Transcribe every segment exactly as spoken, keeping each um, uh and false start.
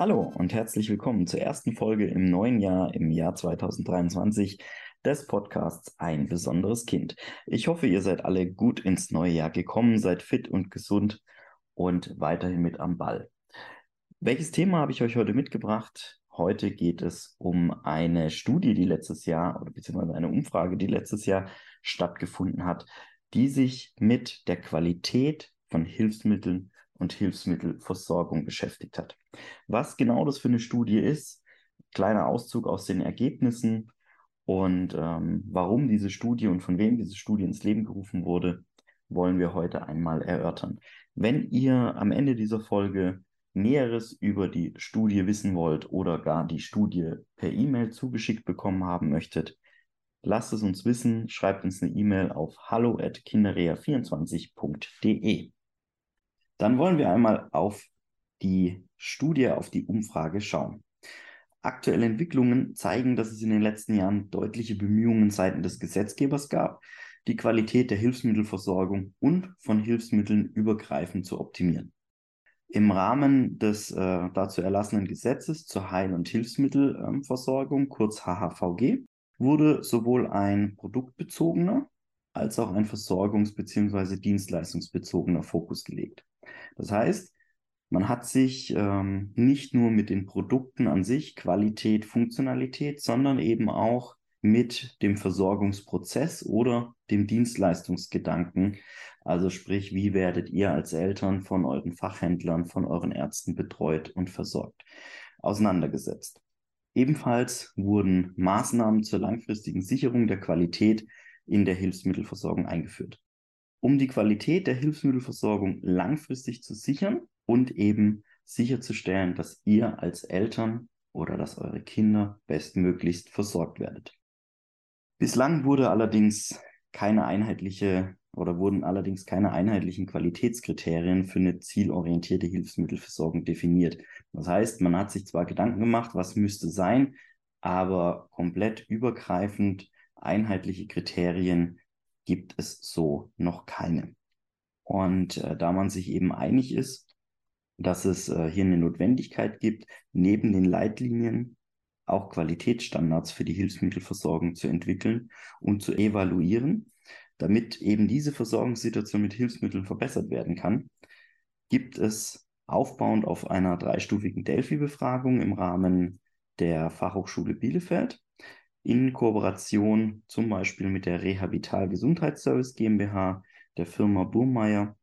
Hallo und herzlich willkommen zur ersten Folge im neuen Jahr, im Jahr zweitausenddreiundzwanzig des Podcasts Ein besonderes Kind. Ich hoffe, ihr seid alle gut ins neue Jahr gekommen, seid fit und gesund und weiterhin mit am Ball. Welches Thema habe ich euch heute mitgebracht? Heute geht es um eine Studie, die letztes Jahr, oder beziehungsweise eine Umfrage, die letztes Jahr stattgefunden hat, die sich mit der Qualität von Hilfsmitteln und Hilfsmittelversorgung beschäftigt hat. Was genau das für eine Studie ist, kleiner Auszug aus den Ergebnissen und ähm, warum diese Studie und von wem diese Studie ins Leben gerufen wurde, wollen wir heute einmal erörtern. Wenn ihr am Ende dieser Folge Näheres über die Studie wissen wollt oder gar die Studie per E-Mail zugeschickt bekommen haben möchtet, lasst es uns wissen, schreibt uns eine E-Mail auf hallo at kinderea vierundzwanzig punkt de. Dann wollen wir einmal auf die Studie, auf die Umfrage schauen. Aktuelle Entwicklungen zeigen, dass es in den letzten Jahren deutliche Bemühungen seitens des Gesetzgebers gab, die Qualität der Hilfsmittelversorgung und von Hilfsmitteln übergreifend zu optimieren. Im Rahmen des äh, dazu erlassenen Gesetzes zur Heil- und Hilfsmittelversorgung, kurz H H V G, wurde sowohl ein produktbezogener als auch ein versorgungs- bzw. dienstleistungsbezogener Fokus gelegt. Das heißt, man hat sich ähm, nicht nur mit den Produkten an sich, Qualität, Funktionalität, sondern eben auch mit dem Versorgungsprozess oder dem Dienstleistungsgedanken, also sprich, wie werdet ihr als Eltern von euren Fachhändlern, von euren Ärzten betreut und versorgt, auseinandergesetzt. Ebenfalls wurden Maßnahmen zur langfristigen Sicherung der Qualität in der Hilfsmittelversorgung eingeführt. Um die Qualität der Hilfsmittelversorgung langfristig zu sichern und eben sicherzustellen, dass ihr als Eltern oder dass eure Kinder bestmöglichst versorgt werdet. Bislang wurde allerdings keine einheitliche oder wurden allerdings keine einheitlichen Qualitätskriterien für eine zielorientierte Hilfsmittelversorgung definiert. Das heißt, man hat sich zwar Gedanken gemacht, was müsste sein, aber komplett übergreifend einheitliche Kriterien gibt es so noch keine. Und äh, da man sich eben einig ist, dass es äh, hier eine Notwendigkeit gibt, neben den Leitlinien auch Qualitätsstandards für die Hilfsmittelversorgung zu entwickeln und zu evaluieren, damit eben diese Versorgungssituation mit Hilfsmitteln verbessert werden kann, gibt es aufbauend auf einer dreistufigen Delphi-Befragung im Rahmen der Fachhochschule Bielefeld in Kooperation zum Beispiel mit der Rehabital Gesundheitsservice GmbH, der Firma Burmeier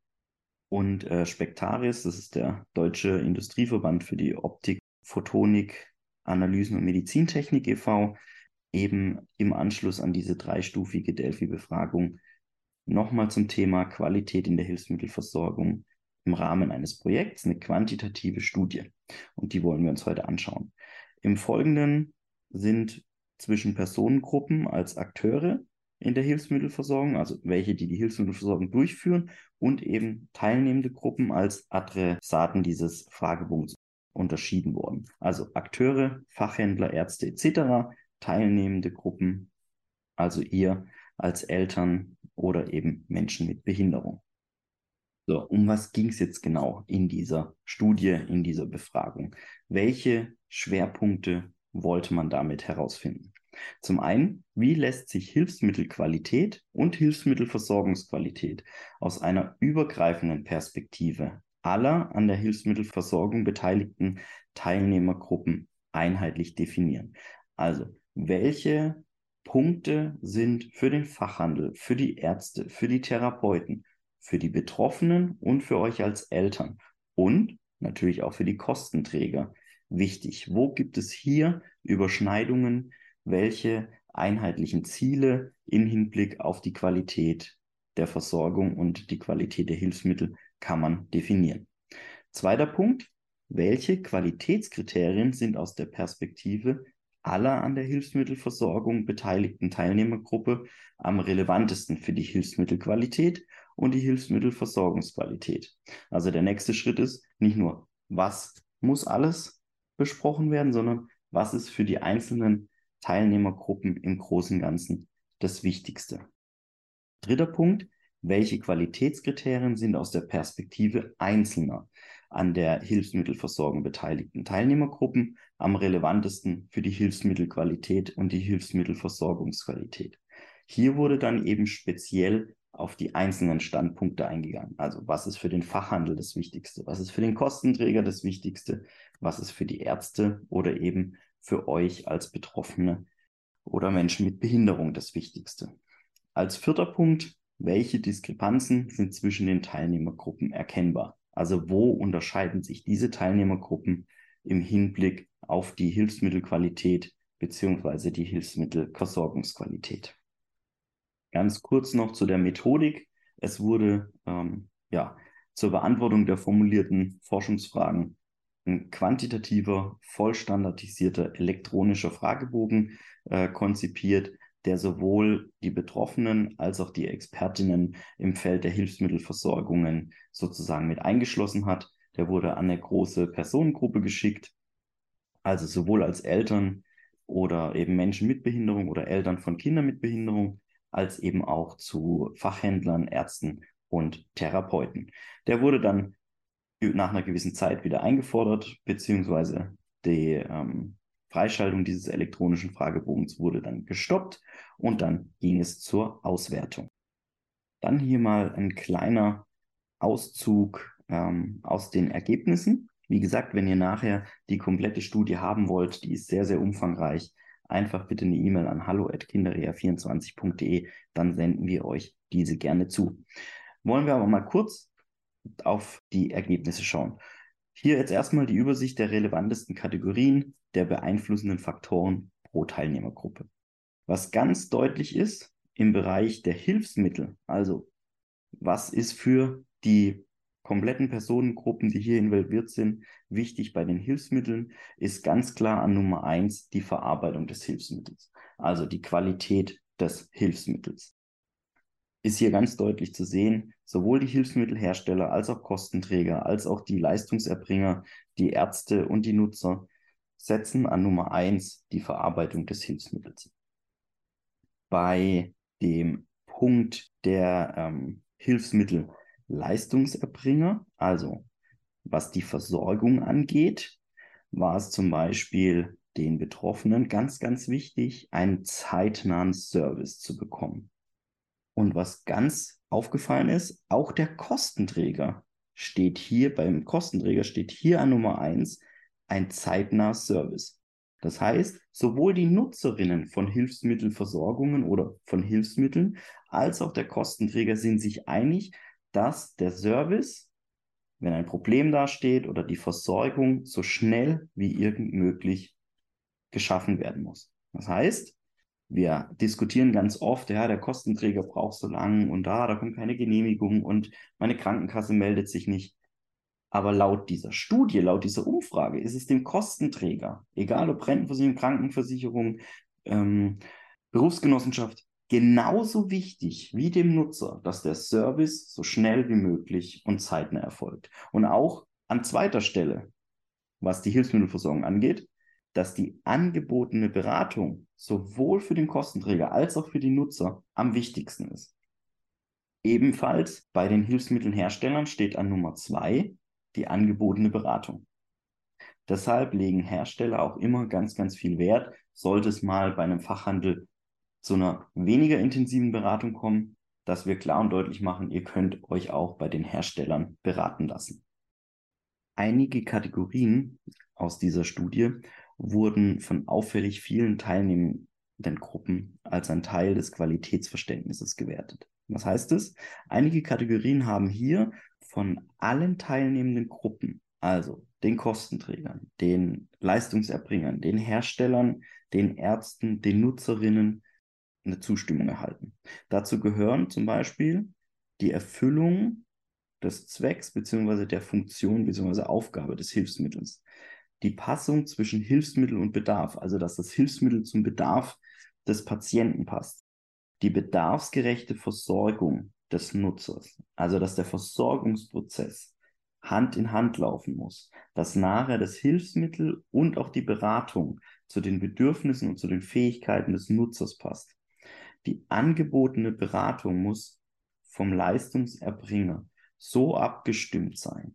und äh, Spectaris, das ist der deutsche Industrieverband für die Optik, Photonik, Analysen und Medizintechnik e V, eben im Anschluss an diese dreistufige Delphi-Befragung nochmal zum Thema Qualität in der Hilfsmittelversorgung im Rahmen eines Projekts eine quantitative Studie. Und die wollen wir uns heute anschauen. Im Folgenden sind zwischen Personengruppen als Akteure in der Hilfsmittelversorgung, also welche, die die Hilfsmittelversorgung durchführen, und eben teilnehmende Gruppen als Adressaten dieses Fragebogens unterschieden worden. Also Akteure, Fachhändler, Ärzte et cetera, teilnehmende Gruppen, also ihr als Eltern oder eben Menschen mit Behinderung. So, um was ging es jetzt genau in dieser Studie, in dieser Befragung? Welche Schwerpunkte wollte man damit herausfinden? Zum einen, wie lässt sich Hilfsmittelqualität und Hilfsmittelversorgungsqualität aus einer übergreifenden Perspektive aller an der Hilfsmittelversorgung beteiligten Teilnehmergruppen einheitlich definieren? Also, welche Punkte sind für den Fachhandel, für die Ärzte, für die Therapeuten, für die Betroffenen und für euch als Eltern und natürlich auch für die Kostenträger wichtig? Wo gibt es hier Überschneidungen? Welche einheitlichen Ziele im Hinblick auf die Qualität der Versorgung und die Qualität der Hilfsmittel kann man definieren? Zweiter Punkt, welche Qualitätskriterien sind aus der Perspektive aller an der Hilfsmittelversorgung beteiligten Teilnehmergruppe am relevantesten für die Hilfsmittelqualität und die Hilfsmittelversorgungsqualität? Also der nächste Schritt ist nicht nur, was muss alles besprochen werden, sondern was ist für die einzelnen Teilnehmergruppen im Großen und Ganzen das Wichtigste. Dritter Punkt, welche Qualitätskriterien sind aus der Perspektive Einzelner an der Hilfsmittelversorgung beteiligten Teilnehmergruppen, am relevantesten für die Hilfsmittelqualität und die Hilfsmittelversorgungsqualität. Hier wurde dann eben speziell auf die einzelnen Standpunkte eingegangen. Also was ist für den Fachhandel das Wichtigste? Was ist für den Kostenträger das Wichtigste? Was ist für die Ärzte oder eben für euch als Betroffene oder Menschen mit Behinderung das Wichtigste? Als vierter Punkt, welche Diskrepanzen sind zwischen den Teilnehmergruppen erkennbar? Also wo unterscheiden sich diese Teilnehmergruppen im Hinblick auf die Hilfsmittelqualität bzw. die Hilfsmittelversorgungsqualität? Ganz kurz noch zu der Methodik. Es wurde ähm, ja, zur Beantwortung der formulierten Forschungsfragen ein quantitativer, vollstandardisierter elektronischer Fragebogen äh, konzipiert, der sowohl die Betroffenen als auch die Expertinnen im Feld der Hilfsmittelversorgungen sozusagen mit eingeschlossen hat. Der wurde an eine große Personengruppe geschickt, also sowohl als Eltern oder eben Menschen mit Behinderung oder Eltern von Kindern mit Behinderung, als eben auch zu Fachhändlern, Ärzten und Therapeuten. Der wurde dann nach einer gewissen Zeit wieder eingefordert, beziehungsweise die ähm, Freischaltung dieses elektronischen Fragebogens wurde dann gestoppt und dann ging es zur Auswertung. Dann hier mal ein kleiner Auszug ähm, aus den Ergebnissen. Wie gesagt, wenn ihr nachher die komplette Studie haben wollt, die ist sehr, sehr umfangreich, einfach bitte eine E-Mail an hallo at kinderreha vierundzwanzig punkt de, dann senden wir euch diese gerne zu. Wollen wir aber mal kurz auf die Ergebnisse schauen. Hier jetzt erstmal die Übersicht der relevantesten Kategorien der beeinflussenden Faktoren pro Teilnehmergruppe. Was ganz deutlich ist im Bereich der Hilfsmittel, also was ist für die kompletten Personengruppen, die hier involviert sind, wichtig bei den Hilfsmitteln, ist ganz klar an Nummer eins die Verarbeitung des Hilfsmittels, also die Qualität des Hilfsmittels. Ist hier ganz deutlich zu sehen, sowohl die Hilfsmittelhersteller als auch Kostenträger, als auch die Leistungserbringer, die Ärzte und die Nutzer setzen an Nummer eins die Verarbeitung des Hilfsmittels. Bei dem Punkt der ähm, Hilfsmittelleistungserbringer, also was die Versorgung angeht, war es zum Beispiel den Betroffenen ganz, ganz wichtig, einen zeitnahen Service zu bekommen. Und was ganz aufgefallen ist, auch der Kostenträger steht hier, beim Kostenträger steht hier an Nummer eins ein zeitnaher Service. Das heißt, sowohl die Nutzerinnen von Hilfsmittelversorgungen oder von Hilfsmitteln als auch der Kostenträger sind sich einig, dass der Service, wenn ein Problem dasteht oder die Versorgung so schnell wie irgend möglich geschaffen werden muss. Das heißt, wir diskutieren ganz oft, ja, der Kostenträger braucht so lange und da, da kommt keine Genehmigung und meine Krankenkasse meldet sich nicht. Aber laut dieser Studie, laut dieser Umfrage ist es dem Kostenträger, egal ob Rentenversicherung, Krankenversicherung, ähm, Berufsgenossenschaft, genauso wichtig wie dem Nutzer, dass der Service so schnell wie möglich und zeitnah erfolgt. Und auch an zweiter Stelle, was die Hilfsmittelversorgung angeht, dass die angebotene Beratung sowohl für den Kostenträger als auch für die Nutzer am wichtigsten ist. Ebenfalls bei den Hilfsmittelherstellern steht an Nummer zwei die angebotene Beratung. Deshalb legen Hersteller auch immer ganz, ganz viel Wert, sollte es mal bei einem Fachhandel zu einer weniger intensiven Beratung kommen, dass wir klar und deutlich machen, ihr könnt euch auch bei den Herstellern beraten lassen. Einige Kategorien aus dieser Studie wurden von auffällig vielen teilnehmenden Gruppen als ein Teil des Qualitätsverständnisses gewertet. Was heißt es? Einige Kategorien haben hier von allen teilnehmenden Gruppen, also den Kostenträgern, den Leistungserbringern, den Herstellern, den Ärzten, den Nutzerinnen, eine Zustimmung erhalten. Dazu gehören zum Beispiel die Erfüllung des Zwecks bzw. der Funktion bzw. Aufgabe des Hilfsmittels. Die Passung zwischen Hilfsmittel und Bedarf, also dass das Hilfsmittel zum Bedarf des Patienten passt. Die bedarfsgerechte Versorgung des Nutzers, also dass der Versorgungsprozess Hand in Hand laufen muss, dass nachher das Hilfsmittel und auch die Beratung zu den Bedürfnissen und zu den Fähigkeiten des Nutzers passt. Die angebotene Beratung muss vom Leistungserbringer so abgestimmt sein,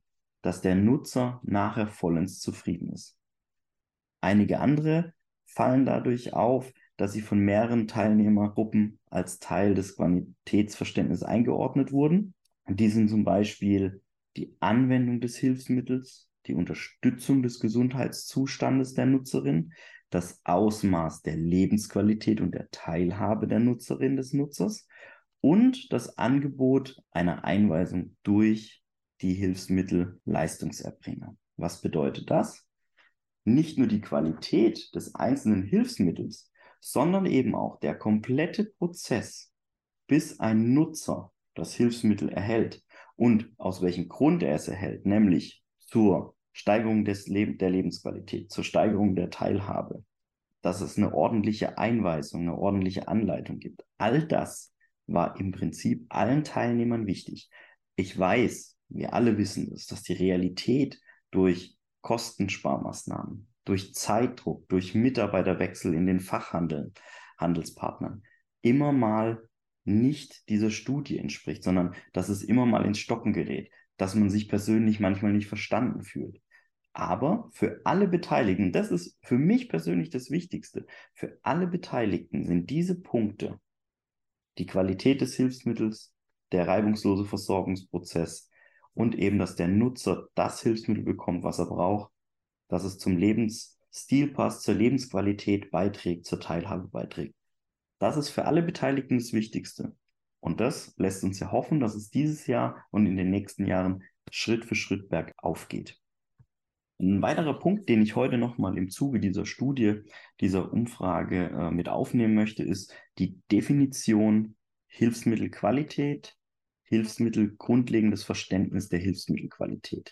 dass der Nutzer nachher vollends zufrieden ist. Einige andere fallen dadurch auf, dass sie von mehreren Teilnehmergruppen als Teil des Qualitätsverständnisses eingeordnet wurden. Die sind zum Beispiel die Anwendung des Hilfsmittels, die Unterstützung des Gesundheitszustandes der Nutzerin, das Ausmaß der Lebensqualität und der Teilhabe der Nutzerin des Nutzers und das Angebot einer Einweisung durch die Hilfsmittelleistungserbringer. Was bedeutet das? Nicht nur die Qualität des einzelnen Hilfsmittels, sondern eben auch der komplette Prozess, bis ein Nutzer das Hilfsmittel erhält und aus welchem Grund er es erhält, nämlich zur Steigerung des Leb- der Lebensqualität, zur Steigerung der Teilhabe, dass es eine ordentliche Einweisung, eine ordentliche Anleitung gibt. All das war im Prinzip allen Teilnehmern wichtig. Ich weiß, wir alle wissen es, dass die Realität durch Kostensparmaßnahmen, durch Zeitdruck, durch Mitarbeiterwechsel in den Fachhandeln, Handelspartnern immer mal nicht dieser Studie entspricht, sondern dass es immer mal ins Stocken gerät, dass man sich persönlich manchmal nicht verstanden fühlt. Aber für alle Beteiligten, das ist für mich persönlich das Wichtigste, für alle Beteiligten sind diese Punkte, die Qualität des Hilfsmittels, der reibungslose Versorgungsprozess und eben, dass der Nutzer das Hilfsmittel bekommt, was er braucht, dass es zum Lebensstil passt, zur Lebensqualität beiträgt, zur Teilhabe beiträgt. Das ist für alle Beteiligten das Wichtigste. Und das lässt uns ja hoffen, dass es dieses Jahr und in den nächsten Jahren Schritt für Schritt bergauf geht. Ein weiterer Punkt, den ich heute nochmal im Zuge dieser Studie, dieser Umfrage äh, mit aufnehmen möchte, ist die Definition Hilfsmittelqualität, Hilfsmittel, grundlegendes Verständnis der Hilfsmittelqualität.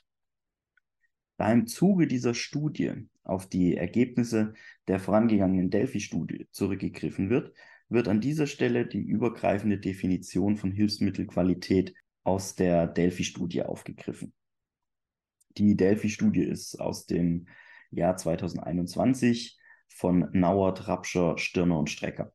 Da im Zuge dieser Studie auf die Ergebnisse der vorangegangenen Delphi-Studie zurückgegriffen wird, wird an dieser Stelle die übergreifende Definition von Hilfsmittelqualität aus der Delphi-Studie aufgegriffen. Die Delphi-Studie ist aus dem Jahr zweitausendeinundzwanzig von Nauert, Rapscher, Stirner und Strecker.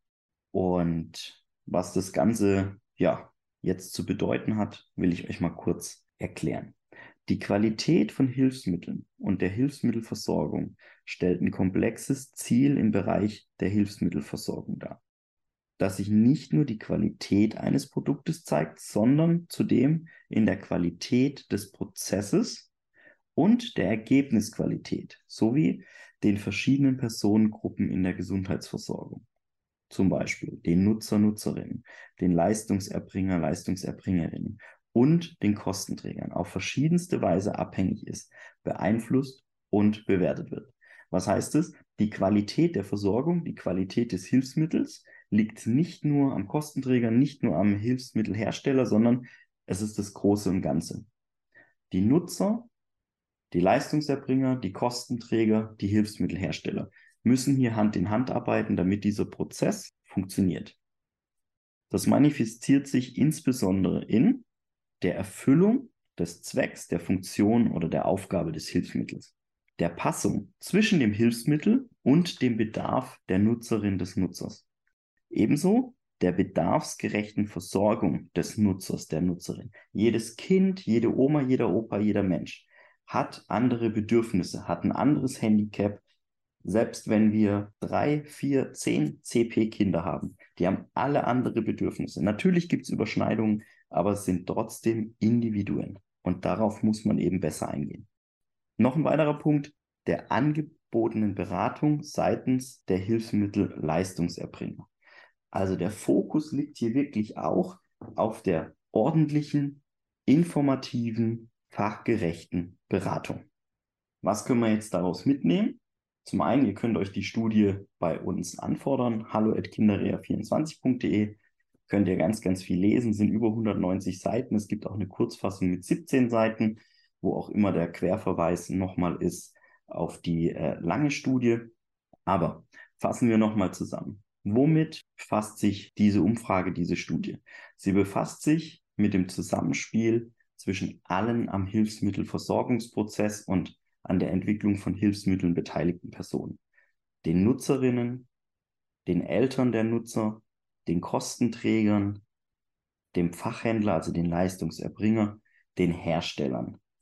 Und was das Ganze ja jetzt zu bedeuten hat, will ich euch mal kurz erklären. Die Qualität von Hilfsmitteln und der Hilfsmittelversorgung stellt ein komplexes Ziel im Bereich der Hilfsmittelversorgung dar, das sich nicht nur die Qualität eines Produktes zeigt, sondern zudem in der Qualität des Prozesses und der Ergebnisqualität sowie den verschiedenen Personengruppen in der Gesundheitsversorgung. Zum Beispiel den Nutzer, Nutzerinnen, den Leistungserbringer, Leistungserbringerinnen und den Kostenträgern auf verschiedenste Weise abhängig ist, beeinflusst und bewertet wird. Was heißt es? Die Qualität der Versorgung, die Qualität des Hilfsmittels liegt nicht nur am Kostenträger, nicht nur am Hilfsmittelhersteller, sondern es ist das Große und Ganze. Die Nutzer, die Leistungserbringer, die Kostenträger, die Hilfsmittelhersteller müssen hier Hand in Hand arbeiten, damit dieser Prozess funktioniert. Das manifestiert sich insbesondere in der Erfüllung des Zwecks, der Funktion oder der Aufgabe des Hilfsmittels, der Passung zwischen dem Hilfsmittel und dem Bedarf der Nutzerin des Nutzers. Ebenso der bedarfsgerechten Versorgung des Nutzers, der Nutzerin. Jedes Kind, jede Oma, jeder Opa, jeder Mensch hat andere Bedürfnisse, hat ein anderes Handicap. Selbst wenn wir drei, vier, zehn C P-Kinder haben, die haben alle andere Bedürfnisse. Natürlich gibt es Überschneidungen, aber es sind trotzdem Individuen. Und darauf muss man eben besser eingehen. Noch ein weiterer Punkt, der angebotenen Beratung seitens der Hilfsmittelleistungserbringer. Also der Fokus liegt hier wirklich auch auf der ordentlichen, informativen, fachgerechten Beratung. Was können wir jetzt daraus mitnehmen? Zum einen, ihr könnt euch die Studie bei uns anfordern, hallo at kinderrea vierundzwanzig punkt de. Könnt ihr ganz, ganz viel lesen, sind über hundertneunzig Seiten. Es gibt auch eine Kurzfassung mit siebzehn Seiten, wo auch immer der Querverweis nochmal ist auf die äh, lange Studie. Aber fassen wir nochmal zusammen. Womit befasst sich diese Umfrage, diese Studie? Sie befasst sich mit dem Zusammenspiel zwischen allen am Hilfsmittelversorgungsprozess und an der Entwicklung von Hilfsmitteln beteiligten Personen. Den Nutzerinnen, den Eltern der Nutzer, den Kostenträgern, dem Fachhändler, also den Leistungserbringer, den Herstellern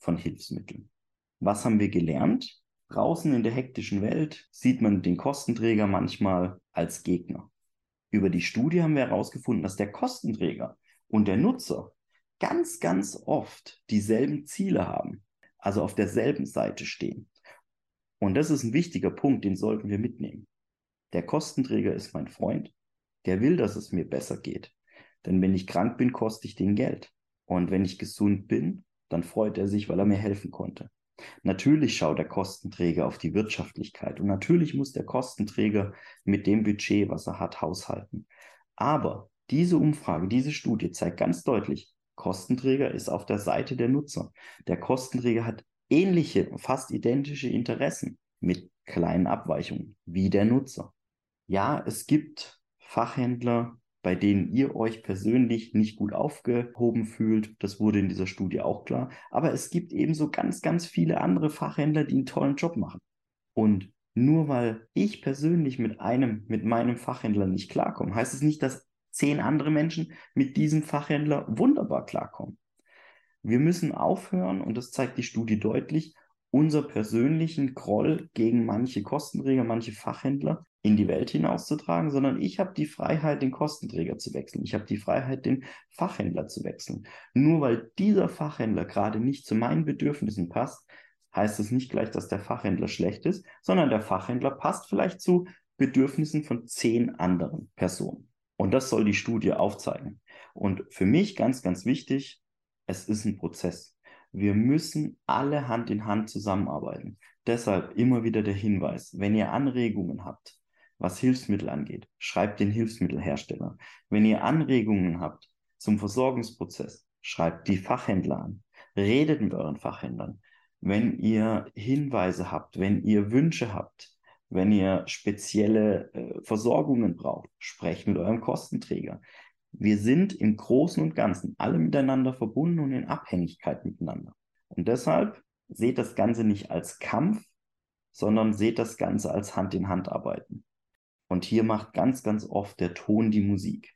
von Hilfsmitteln. Was haben wir gelernt? Draußen in der hektischen Welt sieht man den Kostenträger manchmal als Gegner. Über die Studie haben wir herausgefunden, dass der Kostenträger und der Nutzer ganz, ganz oft dieselben Ziele haben, also auf derselben Seite stehen. Und das ist ein wichtiger Punkt, den sollten wir mitnehmen. Der Kostenträger ist mein Freund, der will, dass es mir besser geht. Denn wenn ich krank bin, koste ich den Geld. Und wenn ich gesund bin, dann freut er sich, weil er mir helfen konnte. Natürlich schaut der Kostenträger auf die Wirtschaftlichkeit und natürlich muss der Kostenträger mit dem Budget, was er hat, haushalten. Aber diese Umfrage, diese Studie zeigt ganz deutlich, Kostenträger ist auf der Seite der Nutzer. Der Kostenträger hat ähnliche, fast identische Interessen mit kleinen Abweichungen wie der Nutzer. Ja, es gibt Fachhändler, bei denen ihr euch persönlich nicht gut aufgehoben fühlt. Das wurde in dieser Studie auch klar. Aber es gibt ebenso ganz, ganz viele andere Fachhändler, die einen tollen Job machen. Und nur weil ich persönlich mit einem, mit meinem Fachhändler nicht klarkomme, heißt es nicht, dass zehn andere Menschen mit diesem Fachhändler wunderbar klarkommen. Wir müssen aufhören, und das zeigt die Studie deutlich, unser persönlichen Groll gegen manche Kostenträger, manche Fachhändler in die Welt hinauszutragen, sondern ich habe die Freiheit, den Kostenträger zu wechseln. Ich habe die Freiheit, den Fachhändler zu wechseln. Nur weil dieser Fachhändler gerade nicht zu meinen Bedürfnissen passt, heißt es nicht gleich, dass der Fachhändler schlecht ist, sondern der Fachhändler passt vielleicht zu Bedürfnissen von zehn anderen Personen. Und das soll die Studie aufzeigen. Und für mich ganz, ganz wichtig, es ist ein Prozess. Wir müssen alle Hand in Hand zusammenarbeiten. Deshalb immer wieder der Hinweis, wenn ihr Anregungen habt, was Hilfsmittel angeht, schreibt den Hilfsmittelhersteller. Wenn ihr Anregungen habt zum Versorgungsprozess, schreibt die Fachhändler an. Redet mit euren Fachhändlern. Wenn ihr Hinweise habt, wenn ihr Wünsche habt, wenn ihr spezielle äh, Versorgungen braucht, sprecht mit eurem Kostenträger. Wir sind im Großen und Ganzen alle miteinander verbunden und in Abhängigkeit miteinander. Und deshalb seht das Ganze nicht als Kampf, sondern seht das Ganze als Hand-in-Hand-Arbeiten. Und hier macht ganz, ganz oft der Ton die Musik.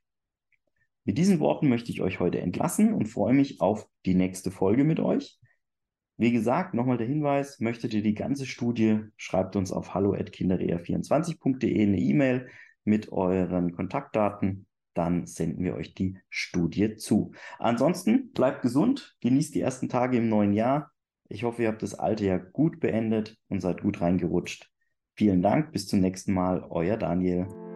Mit diesen Worten möchte ich euch heute entlassen und freue mich auf die nächste Folge mit euch. Wie gesagt, nochmal der Hinweis, möchtet ihr die ganze Studie, schreibt uns auf hallo at kinderehe vierundzwanzig punkt de eine E-Mail mit euren Kontaktdaten. Dann senden wir euch die Studie zu. Ansonsten bleibt gesund, genießt die ersten Tage im neuen Jahr. Ich hoffe, ihr habt das alte Jahr gut beendet und seid gut reingerutscht. Vielen Dank, bis zum nächsten Mal, euer Daniel.